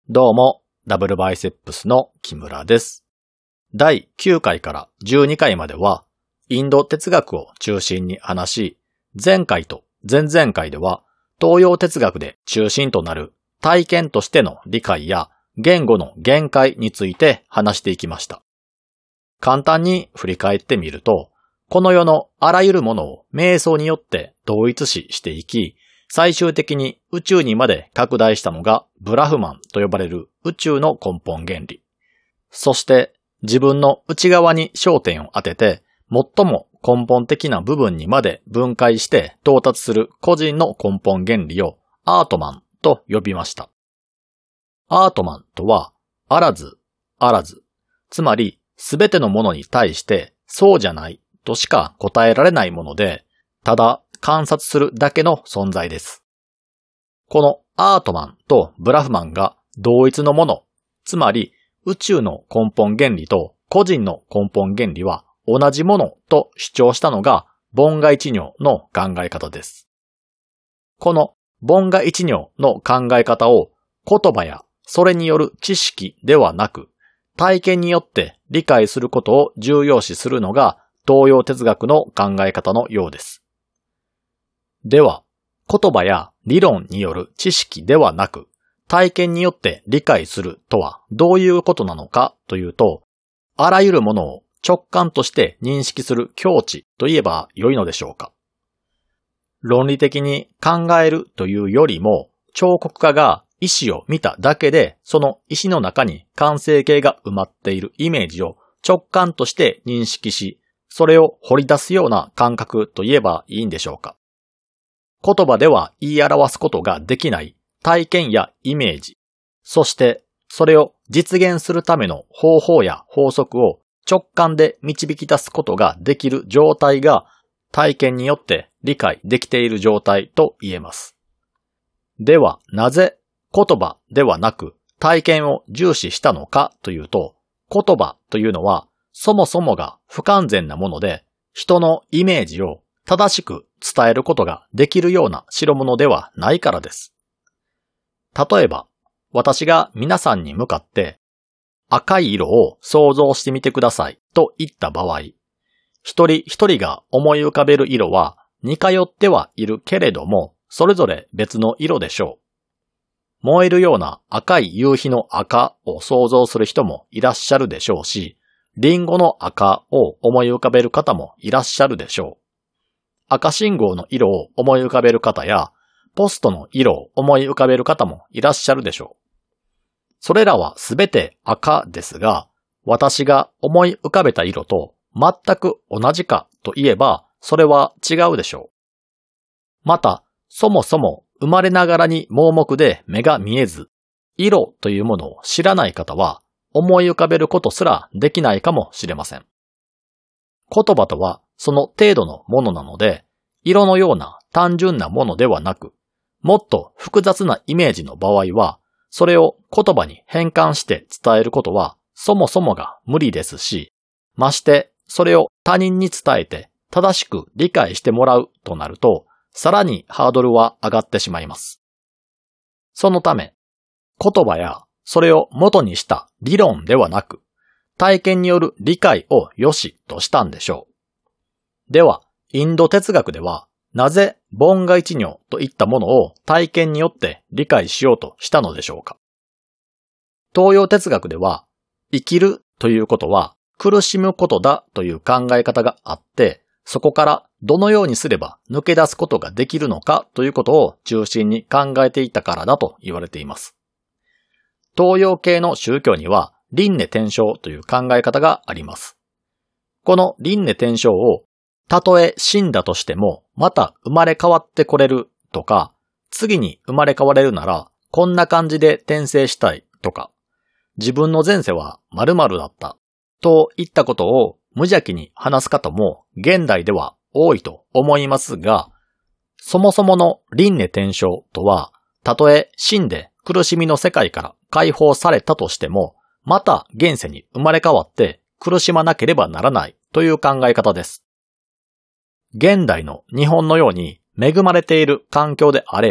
どうも、ダブルバイセップスの木村です。第9回から12回までは、インド哲学を中心に話し、前回と前々回では、東洋哲学で中心となる体験としての理解や言語の限界について話していきました。簡単に振り返ってみると、この世のあらゆるものを瞑想によって同一視していき、最終的に宇宙にまで拡大したのがブラフマンと呼ばれる宇宙の根本原理。そして自分の内側に焦点を当てて最も根本的な部分にまで分解して到達する個人の根本原理をアートマンと呼びました。アートマンとはあらず、つまりすべてのものに対してそうじゃないとしか答えられないもので、ただ観察するだけの存在です。このアートマンとブラフマンが同一のもの、つまり宇宙の根本原理と個人の根本原理は同じものと主張したのが盆外知尿の考え方です。この盆外知尿の考え方を言葉やそれによる知識ではなく体験によって理解することを重要視するのが東洋哲学の考え方のようです。では、言葉や理論による知識ではなく、体験によって理解するとはどういうことなのかというと、あらゆるものを直感として認識する境地といえば良いのでしょうか。論理的に考えるというよりも、彫刻家が石を見ただけで、その石の中に完成形が埋まっているイメージを直感として認識し、それを掘り出すような感覚といえばいいんでしょうか。言葉では言い表すことができない体験やイメージ、そしてそれを実現するための方法や法則を直感で導き出すことができる状態が体験によって理解できている状態と言えます。ではなぜ言葉ではなく体験を重視したのかというと、言葉というのはそもそもが不完全なもので、人のイメージを正しく伝えることができるような代物ではないからです。例えば、私が皆さんに向かって赤い色を想像してみてくださいと言った場合、一人一人が思い浮かべる色は似通ってはいるけれども、それぞれ別の色でしょう。燃えるような赤い夕日の赤を想像する人もいらっしゃるでしょうし、リンゴの赤を思い浮かべる方もいらっしゃるでしょう。赤信号の色を思い浮かべる方や、ポストの色を思い浮かべる方もいらっしゃるでしょう。それらはすべて赤ですが、私が思い浮かべた色と全く同じかといえば、それは違うでしょう。また、そもそも生まれながらに盲目で目が見えず、色というものを知らない方は、思い浮かべることすらできないかもしれません。言葉とはその程度のものなので、色のような単純なものではなく、もっと複雑なイメージの場合は、それを言葉に変換して伝えることはそもそもが無理ですし、ましてそれを他人に伝えて正しく理解してもらうとなると、さらにハードルは上がってしまいます。そのため、言葉やそれを元にした理論ではなく、体験による理解を良しとしたんでしょう。では、インド哲学では、なぜ盆外知尿といったものを体験によって理解しようとしたのでしょうか。東洋哲学では、生きるということは苦しむことだという考え方があって、そこからどのようにすれば抜け出すことができるのかということを中心に考えていたからだと言われています。東洋系の宗教には輪廻転生という考え方があります。この輪廻転生を、たとえ死んだとしてもまた生まれ変わってこれるとか、次に生まれ変われるならこんな感じで転生したいとか、自分の前世は〇〇だったといったことを無邪気に話す方も現代では多いと思いますが、そもそもの輪廻転生とは、たとえ死んで苦しみの世界から解放されたとしても、また現世に生まれ変わって苦しまなければならないという考え方です。現代の日本のように恵まれている環境であれば、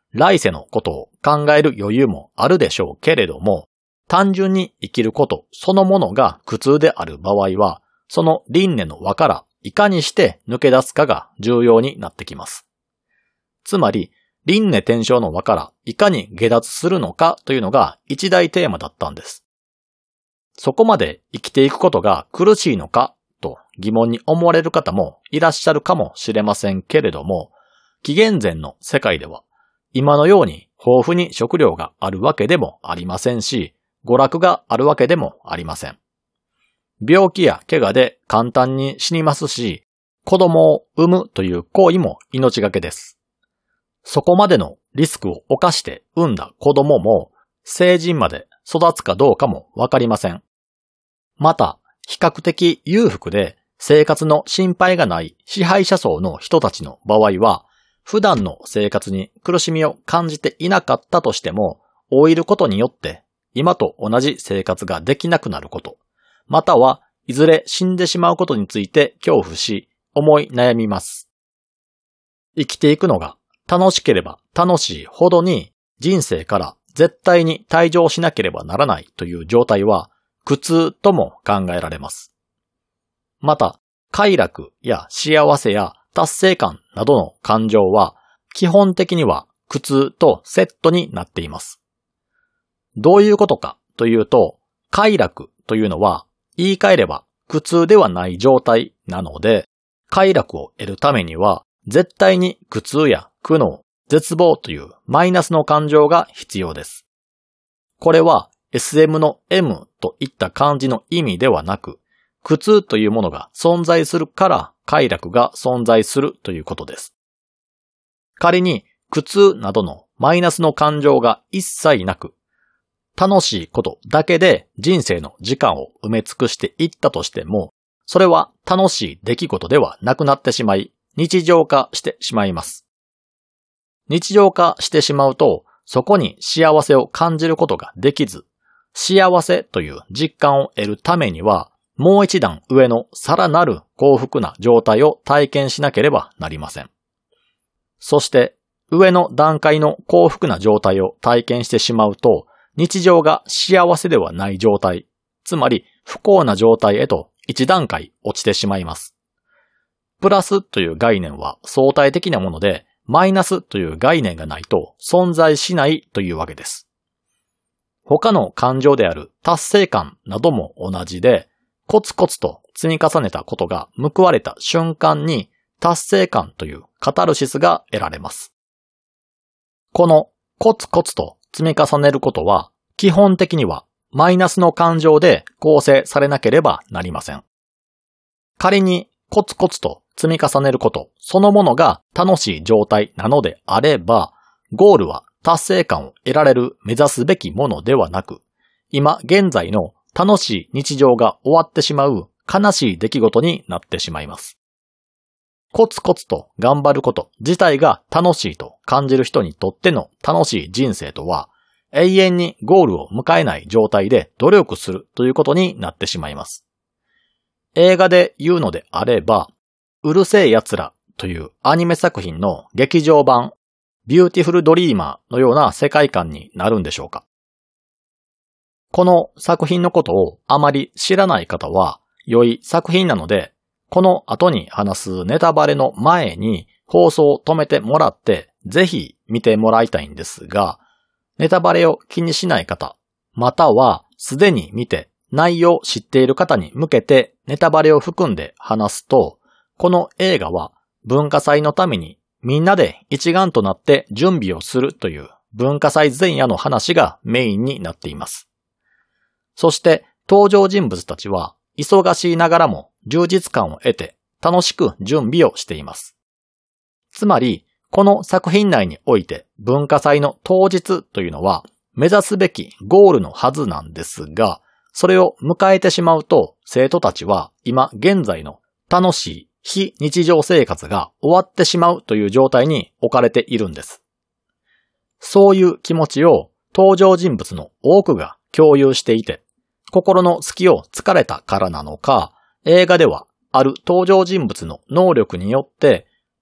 来世のことを考える余裕もあるでしょうけれども、単純に生きることそのものが苦痛である場合は、その輪廻の輪からいかにして抜け出すかが重要になってきます。つまり、輪廻転生の輪からいかに下脱するのかというのが一大テーマだったんです。そこまで生きていくことが苦しいのかと疑問に思われる方もいらっしゃるかもしれませんけれども、紀元前の世界では今のように豊富に食料があるわけでもありませんし、娯楽があるわけでもありません。病気や怪我で簡単に死にますし、子供を産むという行為も命がけです。そこまでのリスクを冒して産んだ子供も成人まで育つかどうかもわかりません。また、比較的裕福で生活の心配がない支配者層の人たちの場合は、普段の生活に苦しみを感じていなかったとしても、老いることによって今と同じ生活ができなくなること、またはいずれ死んでしまうことについて恐怖し、思い悩みます。生きていくのが楽しければ楽しいほどに人生から絶対に退場しなければならないという状態は苦痛とも考えられます。また、快楽や幸せや達成感などの感情は基本的には苦痛とセットになっています。どういうことかというと、快楽というのは言い換えれば苦痛ではない状態なので、快楽を得るためには絶対に苦痛や苦悩、絶望というマイナスの感情が必要です。これは SM の M といった漢字の意味ではなく、苦痛というものが存在するから快楽が存在するということです。仮に苦痛などのマイナスの感情が一切なく、楽しいことだけで人生の時間を埋め尽くしていったとしても、それは楽しい出来事ではなくなってしまい、日常化してしまいます。日常化してしまうと、そこに幸せを感じることができず、幸せという実感を得るためには、もう一段上のさらなる幸福な状態を体験しなければなりません。そして、上の段階の幸福な状態を体験してしまうと、日常が幸せではない状態、つまり不幸な状態へと一段階落ちてしまいます。プラスという概念は相対的なもので、マイナスという概念がないと存在しないというわけです。他の感情である達成感なども同じで、コツコツと積み重ねたことが報われた瞬間に達成感というカタルシスが得られます。このコツコツと積み重ねることは基本的にはマイナスの感情で構成されなければなりません。仮にコツコツと積み重ねることそのものが楽しい状態なのであれば、ゴールは達成感を得られる目指すべきものではなく、今現在の楽しい日常が終わってしまう悲しい出来事になってしまいます。コツコツと頑張ること自体が楽しいと感じる人にとっての楽しい人生とは、永遠にゴールを迎えない状態で努力するということになってしまいます。映画で言うのであれば、うるせえ奴らというアニメ作品の劇場版ビューティフルドリーマーのような世界観になるんでしょうか。この作品のことをあまり知らない方は良い作品なので、この後に話すネタバレの前に放送を止めてもらってぜひ見てもらいたいんですが、ネタバレを気にしない方、またはすでに見て内容を知っている方に向けてネタバレを含んで話すと、この映画は文化祭のためにみんなで一丸となって準備をするという文化祭前夜の話がメインになっています。そして登場人物たちは忙しいながらも充実感を得て楽しく準備をしています。つまりこの作品内において文化祭の当日というのは目指すべきゴールのはずなんですが、それを迎えてしまうと生徒たちは今現在の楽しい非日常生活が終わってしまうという状態に置かれているんです。そういう気持ちを登場人物の多くが共有していて、心の隙を突かれたからなのか、映画ではある登場人物の能力によって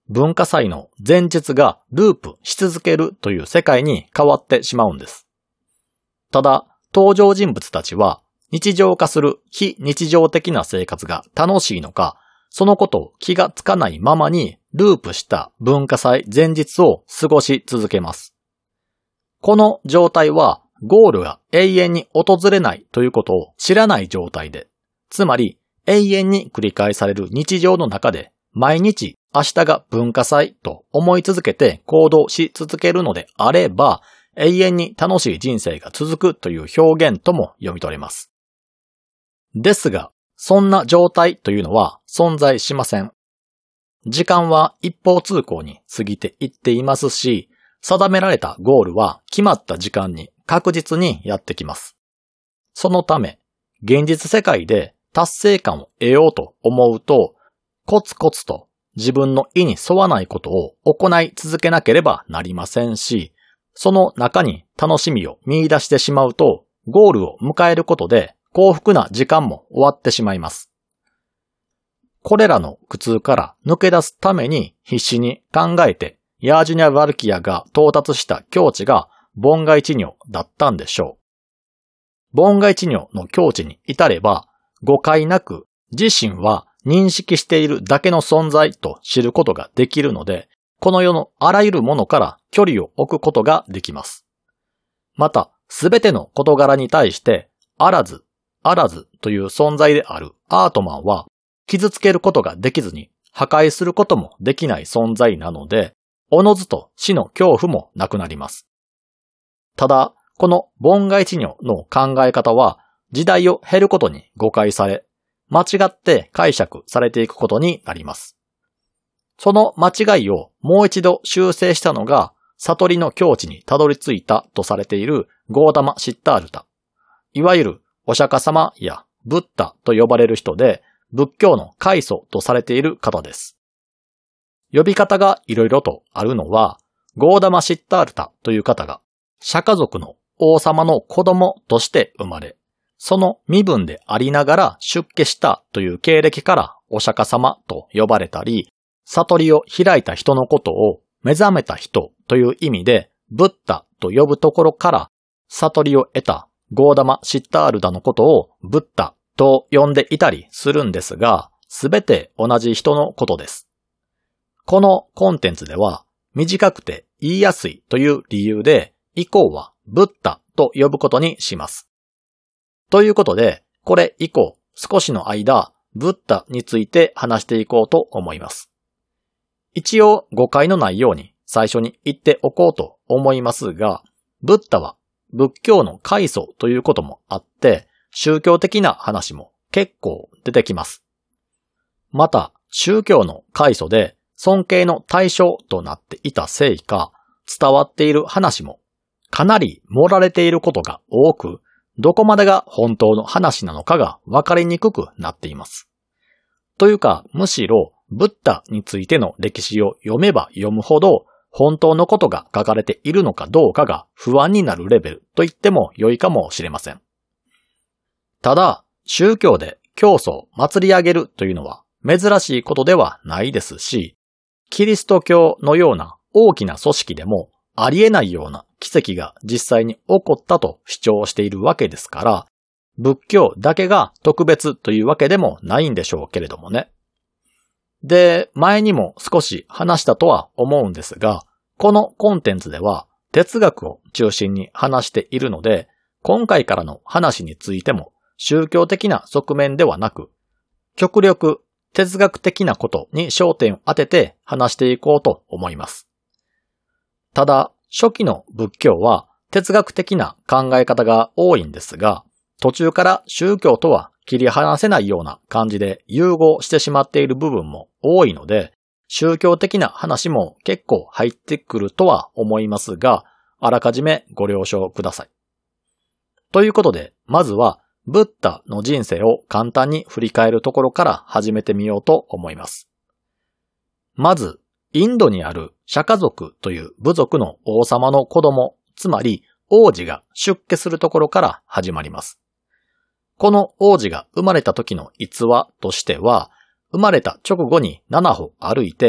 文化祭の前日がループし続けるという世界に変わってしまうんです。ただ、登場人物たちは日常化する非日常的な生活が楽しいのか、そのことを気がつかないままにループした文化祭前日を過ごし続けます。この状態はゴールが永遠に訪れないということを知らない状態で、つまり永遠に繰り返される日常の中で毎日明日が文化祭と思い続けて行動し続けるのであれば、永遠に楽しい人生が続くという表現とも読み取れます。ですが、そんな状態というのは存在しません。時間は一方通行に過ぎていっていますし、定められたゴールは決まった時間に確実にやってきます。そのため、現実世界で達成感を得ようと思うと、コツコツと自分の意に沿わないことを行い続けなければなりませんし、その中に楽しみを見出してしまうと、ゴールを迎えることで幸福な時間も終わってしまいます。これらの苦痛から抜け出すために必死に考えて、ヤージュニャ・バルキアが到達した境地が梵外知尿だったんでしょう。梵外知尿の境地に至れば、誤解なく自身は認識しているだけの存在と知ることができるので、この世のあらゆるものから距離を置くことができます。また、すべての事柄に対して、あらずという存在であるアートマンは、傷つけることができずに破壊することもできない存在なので、おのずと死の恐怖もなくなります。ただ、この梵外知尿の考え方は、時代を経ることに誤解され、間違って解釈されていくことになります。その間違いをもう一度修正したのが、悟りの境地にたどり着いたとされているゴーダマ・シッタールタ。いわゆるお釈迦様やブッダと呼ばれる人で、仏教の開祖とされている方です。呼び方がいろいろとあるのは、ゴーダマ・シッタールタという方が、釈迦族の王様の子供として生まれ、その身分でありながら出家したという経歴からお釈迦様と呼ばれたり、悟りを開いた人のことを目覚めた人という意味でブッダと呼ぶところから悟りを得たゴーダマ・シッタールタのことをブッダと呼んでいたりするんですが、すべて同じ人のことです。このコンテンツでは短くて言いやすいという理由で以降はブッダと呼ぶことにします。ということで、これ以降少しの間ブッダについて話していこうと思います。一応誤解のないように最初に言っておこうと思いますが、ブッダは仏教の開祖ということもあって、宗教的な話も結構出てきます。また、宗教の開祖で尊敬の対象となっていたせいか、伝わっている話もかなり盛られていることが多く、どこまでが本当の話なのかが分かりにくくなっています。というか、むしろ、ブッダについての歴史を読めば読むほど、本当のことが書かれているのかどうかが不安になるレベルと言っても良いかもしれません。ただ、宗教で教祖を祭り上げるというのは珍しいことではないですし、キリスト教のような大きな組織でもありえないような奇跡が実際に起こったと主張しているわけですから、仏教だけが特別というわけでもないんでしょうけれどもね。で、前にも少し話したとは思うんですが、このコンテンツでは哲学を中心に話しているので、今回からの話についても宗教的な側面ではなく、極力哲学的なことに焦点を当てて話していこうと思います。ただ、初期の仏教は哲学的な考え方が多いんですが、途中から宗教とは切り離せないような感じで融合してしまっている部分も多いので、宗教的な話も結構入ってくるとは思いますが、あらかじめご了承ください。ということで、まずはブッダの人生を簡単に振り返るところから始めてみようと思います。まず、インドにある釈迦族という部族の王様の子供、つまり王子が出家するところから始まります。この王子が生まれた時の逸話としては、生まれた直後に7歩歩いて、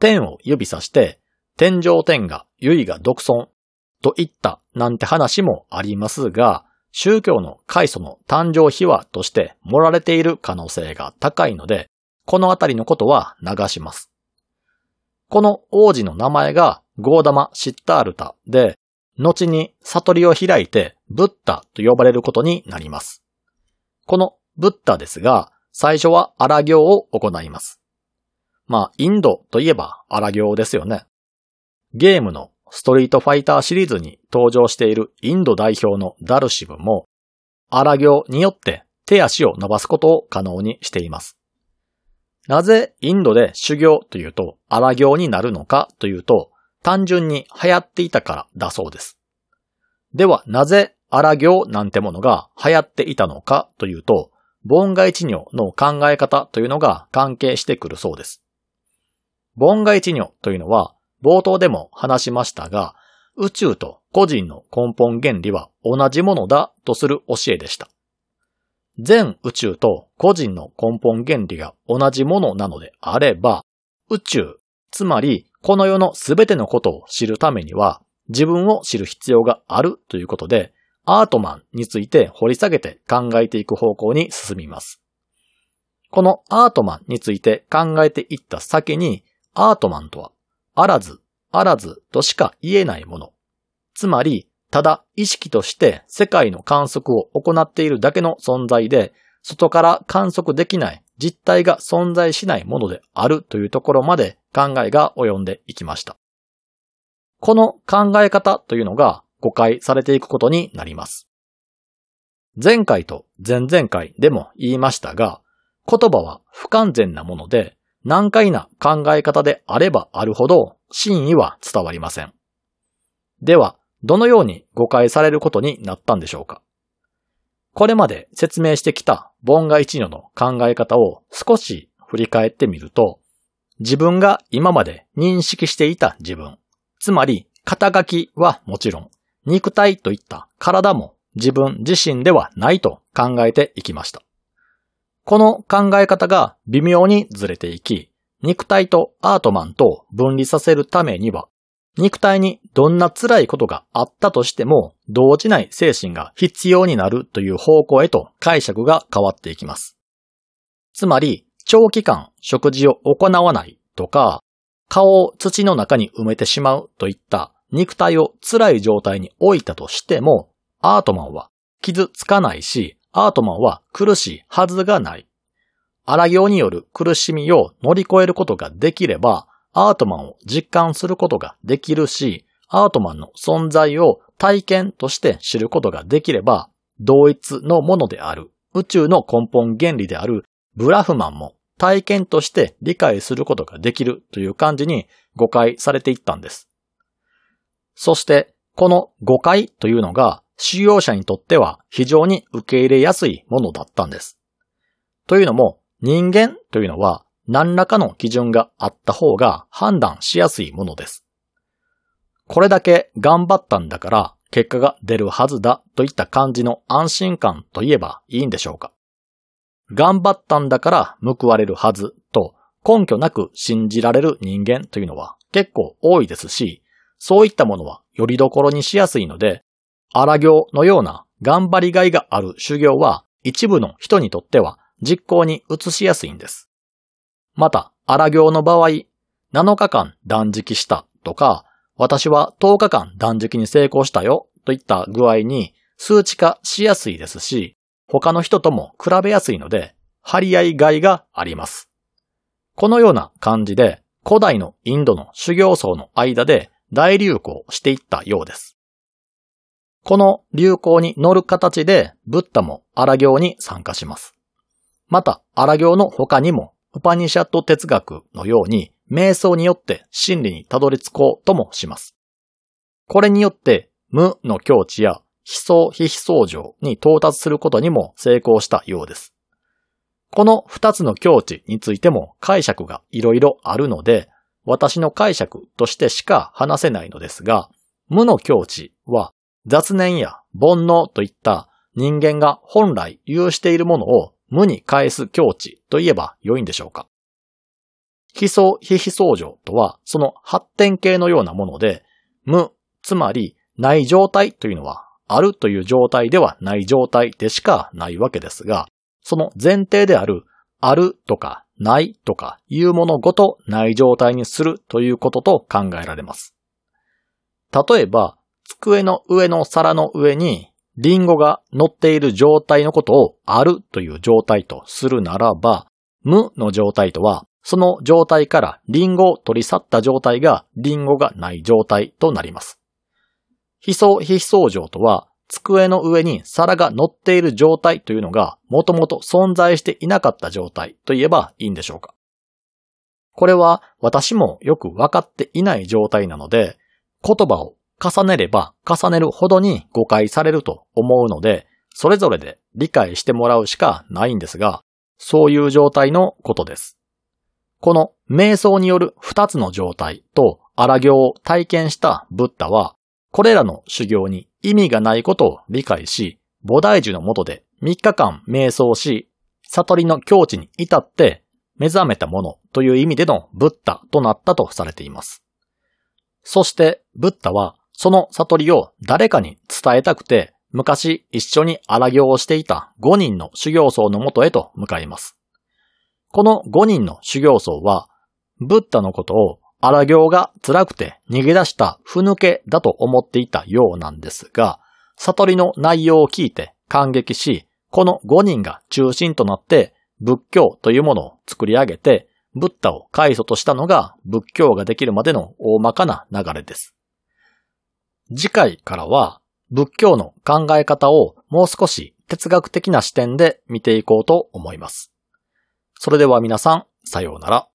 天を指さして、天上天下、唯我独尊といったなんて話もありますが、宗教の開祖の誕生秘話として盛られている可能性が高いので、このあたりのことは流します。この王子の名前がゴーダマ・シッタールタで、後に悟りを開いてブッダと呼ばれることになります。このブッダですが、最初は荒行を行います。インドといえば荒行ですよね。ゲームのストリートファイターシリーズに登場しているインド代表のダルシブも、荒行によって手足を伸ばすことを可能にしています。なぜインドで修行というと荒行になるのかというと、単純に流行っていたからだそうです。ではなぜ荒行なんてものが流行っていたのかというと、梵外知如の考え方というのが関係してくるそうです。梵外知如というのは冒頭でも話しましたが、宇宙と個人の根本原理は同じものだとする教えでした。全宇宙と個人の根本原理が同じものなのであれば、宇宙、つまりこの世のすべてのことを知るためには自分を知る必要があるということで、アートマンについて掘り下げて考えていく方向に進みます。このアートマンについて考えていった先に、アートマンとはあらずとしか言えないもの。つまり、ただ意識として世界の観測を行っているだけの存在で、外から観測できない実体が存在しないものであるというところまで考えが及んでいきました。この考え方というのが誤解されていくことになります。前回と前々回でも言いましたが、言葉は不完全なもので、難解な考え方であればあるほど真意は伝わりません。では、どのように誤解されることになったんでしょうか。これまで説明してきた梵外知如の考え方を少し振り返ってみると、自分が今まで認識していた自分、つまり肩書きはもちろん、肉体といった体も自分自身ではないと考えていきました。この考え方が微妙にずれていき、肉体とアートマンと分離させるためには、肉体にどんな辛いことがあったとしても動じない精神が必要になるという方向へと解釈が変わっていきます。つまり、長期間食事を行わないとか、顔を土の中に埋めてしまうといった肉体を辛い状態に置いたとしても、アートマンは傷つかないし、アートマンは苦しいはずがない。荒行による苦しみを乗り越えることができれば、アートマンを実感することができるし、アートマンの存在を体験として知ることができれば、同一のものである、宇宙の根本原理であるブラフマンも体験として理解することができるという感じに誤解されていったんです。そして、この誤解というのが修行者にとっては非常に受け入れやすいものだったんです。というのも、人間というのは何らかの基準があった方が判断しやすいものです。これだけ頑張ったんだから結果が出るはずだといった感じの安心感といえばいいんでしょうか。頑張ったんだから報われるはずと根拠なく信じられる人間というのは結構多いですし、そういったものはよりどころにしやすいので、荒行のような頑張りがいがある修行は一部の人にとっては実行に移しやすいんです。また、荒行の場合、7日間断食したとか、私は10日間断食に成功したよといった具合に数値化しやすいですし、他の人とも比べやすいので、張り合いがいがあります。このような感じで、古代のインドの修行僧の間で大流行していったようです。この流行に乗る形で、ブッダも荒行に参加します。また、荒行の他にも、ウパニシャッド哲学のように、瞑想によって真理にたどり着こうともします。これによって、無の境地や非相非非相乗に到達することにも成功したようです。この二つの境地についても解釈がいろいろあるので、私の解釈としてしか話せないのですが、無の境地は雑念や煩悩といった人間が本来有しているものを無に返す境地といえば良いんでしょうか。 悲相非悲相状とはその発展形のようなもので、無、つまりない状態というのはあるという状態ではない状態でしかないわけですが、その前提であるあるとかないとかいうものごとない状態にするということと考えられます。例えば、机の上の皿の上にリンゴが乗っている状態のことをあるという状態とするならば、無の状態とはその状態からリンゴを取り去った状態がリンゴがない状態となります。悲相非悲相状とは机の上に皿が乗っている状態というのがもともと存在していなかった状態と言えばいいんでしょうか。これは私もよくわかっていない状態なので、言葉を重ねれば重ねるほどに誤解されると思うので、それぞれで理解してもらうしかないんですが、そういう状態のことです。この瞑想による二つの状態と荒行を体験したブッダは、これらの修行に意味がないことを理解し、菩提樹の下で3日間瞑想し、悟りの境地に至って目覚めたものという意味でのブッダとなったとされています。そしてブッダはその悟りを誰かに伝えたくて、昔一緒に荒行をしていた5人の修行僧のもとへと向かいます。この5人の修行僧は、ブッダのことを荒行が辛くて逃げ出したふぬけだと思っていたようなんですが、悟りの内容を聞いて感激し、この5人が中心となって仏教というものを作り上げて、ブッダを開祖としたのが仏教ができるまでの大まかな流れです。次回からは仏教の考え方をもう少し哲学的な視点で見ていこうと思います。それでは皆さん、さようなら。